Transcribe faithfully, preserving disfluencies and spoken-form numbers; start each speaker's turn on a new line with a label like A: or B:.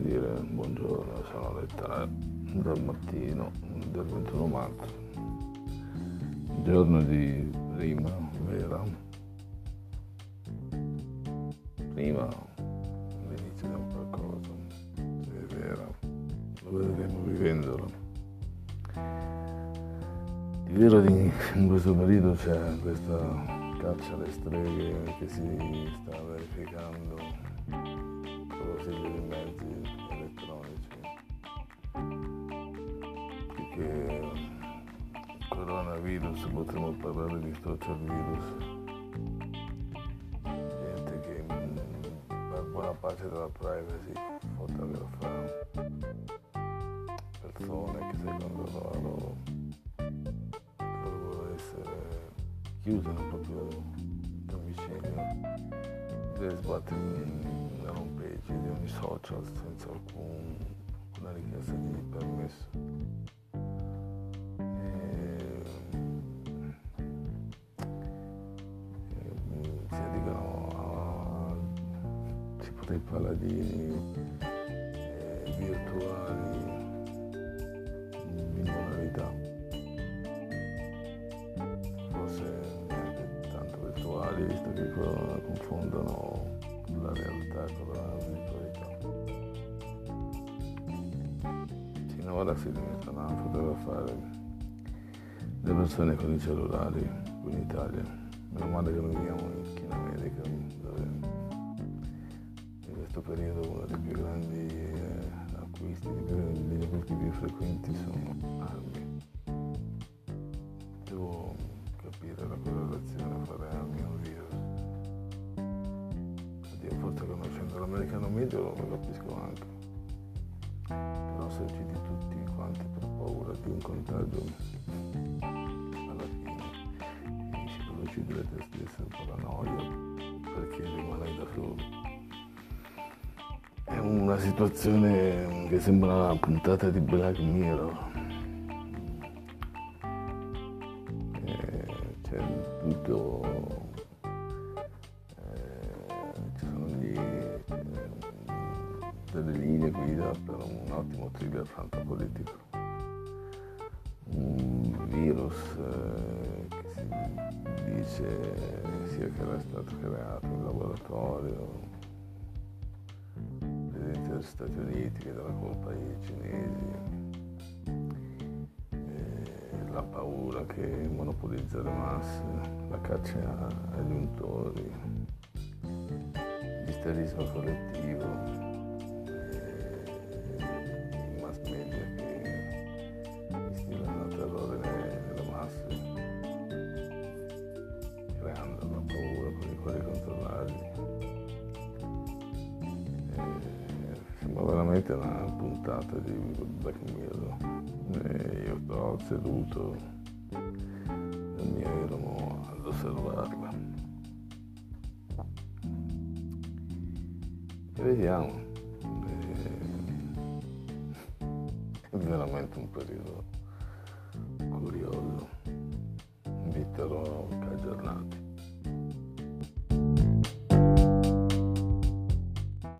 A: dire buongiorno, sono le tre del mattino del ventuno marzo, giorno di primavera, prima l'inizio di un qualcosa, se è vera, lo vedremo vivendolo. Di vero in questo periodo c'è questa caccia alle streghe che si sta verificando con i mezzi elettronici, perché coronavirus, potremmo parlare di social virus, gente che per buona pace della privacy fotografa persone che secondo loro dovrebbero essere chiuse nel proprio domicilio, le sbatte in home page di ogni social senza alcun, alcuna richiesta di permesso. E, e, si dicono ah, tipo dei paladini eh, virtuali di moralità, forse neanche tanto virtuali, visto che confondono la realtà con la virtualità. Finora si limitano a fotografare le persone con i cellulari qui in Italia. Meno male che noi viviamo in America, dove in questo periodo uno dei più grandi eh, acquisti, degli acquisti più frequenti sono armi. Devo capire la correlazione fra le armi e un virus. Oddio, forse conoscendo l'americano medio lo capisco anche. Però se uccidi tutti quanti per paura di un contagio, alla fine finisci per uccidere te stesso per la noia, perché rimarrai da solo. È una situazione che sembra una puntata di Black Mirror. E c'è tutto, eh, ci sono gli, eh, delle linee guida per un ottimo thriller fantapolitico. Un virus eh, che si dice sia che era stato creato in laboratorio degli Stati Uniti, che dava colpa ai cinesi, e la paura che monopolizza le masse, la caccia agli untori, l'isterismo collettivo, i mass media che instillano terrore nelle masse, creando la paura con i quali controllarli. Sembra veramente una puntata di Black Mirror. E io sto seduto nel mio eremo ad osservarla. E vediamo. È veramente un periodo curioso. Vi terrò aggiornati.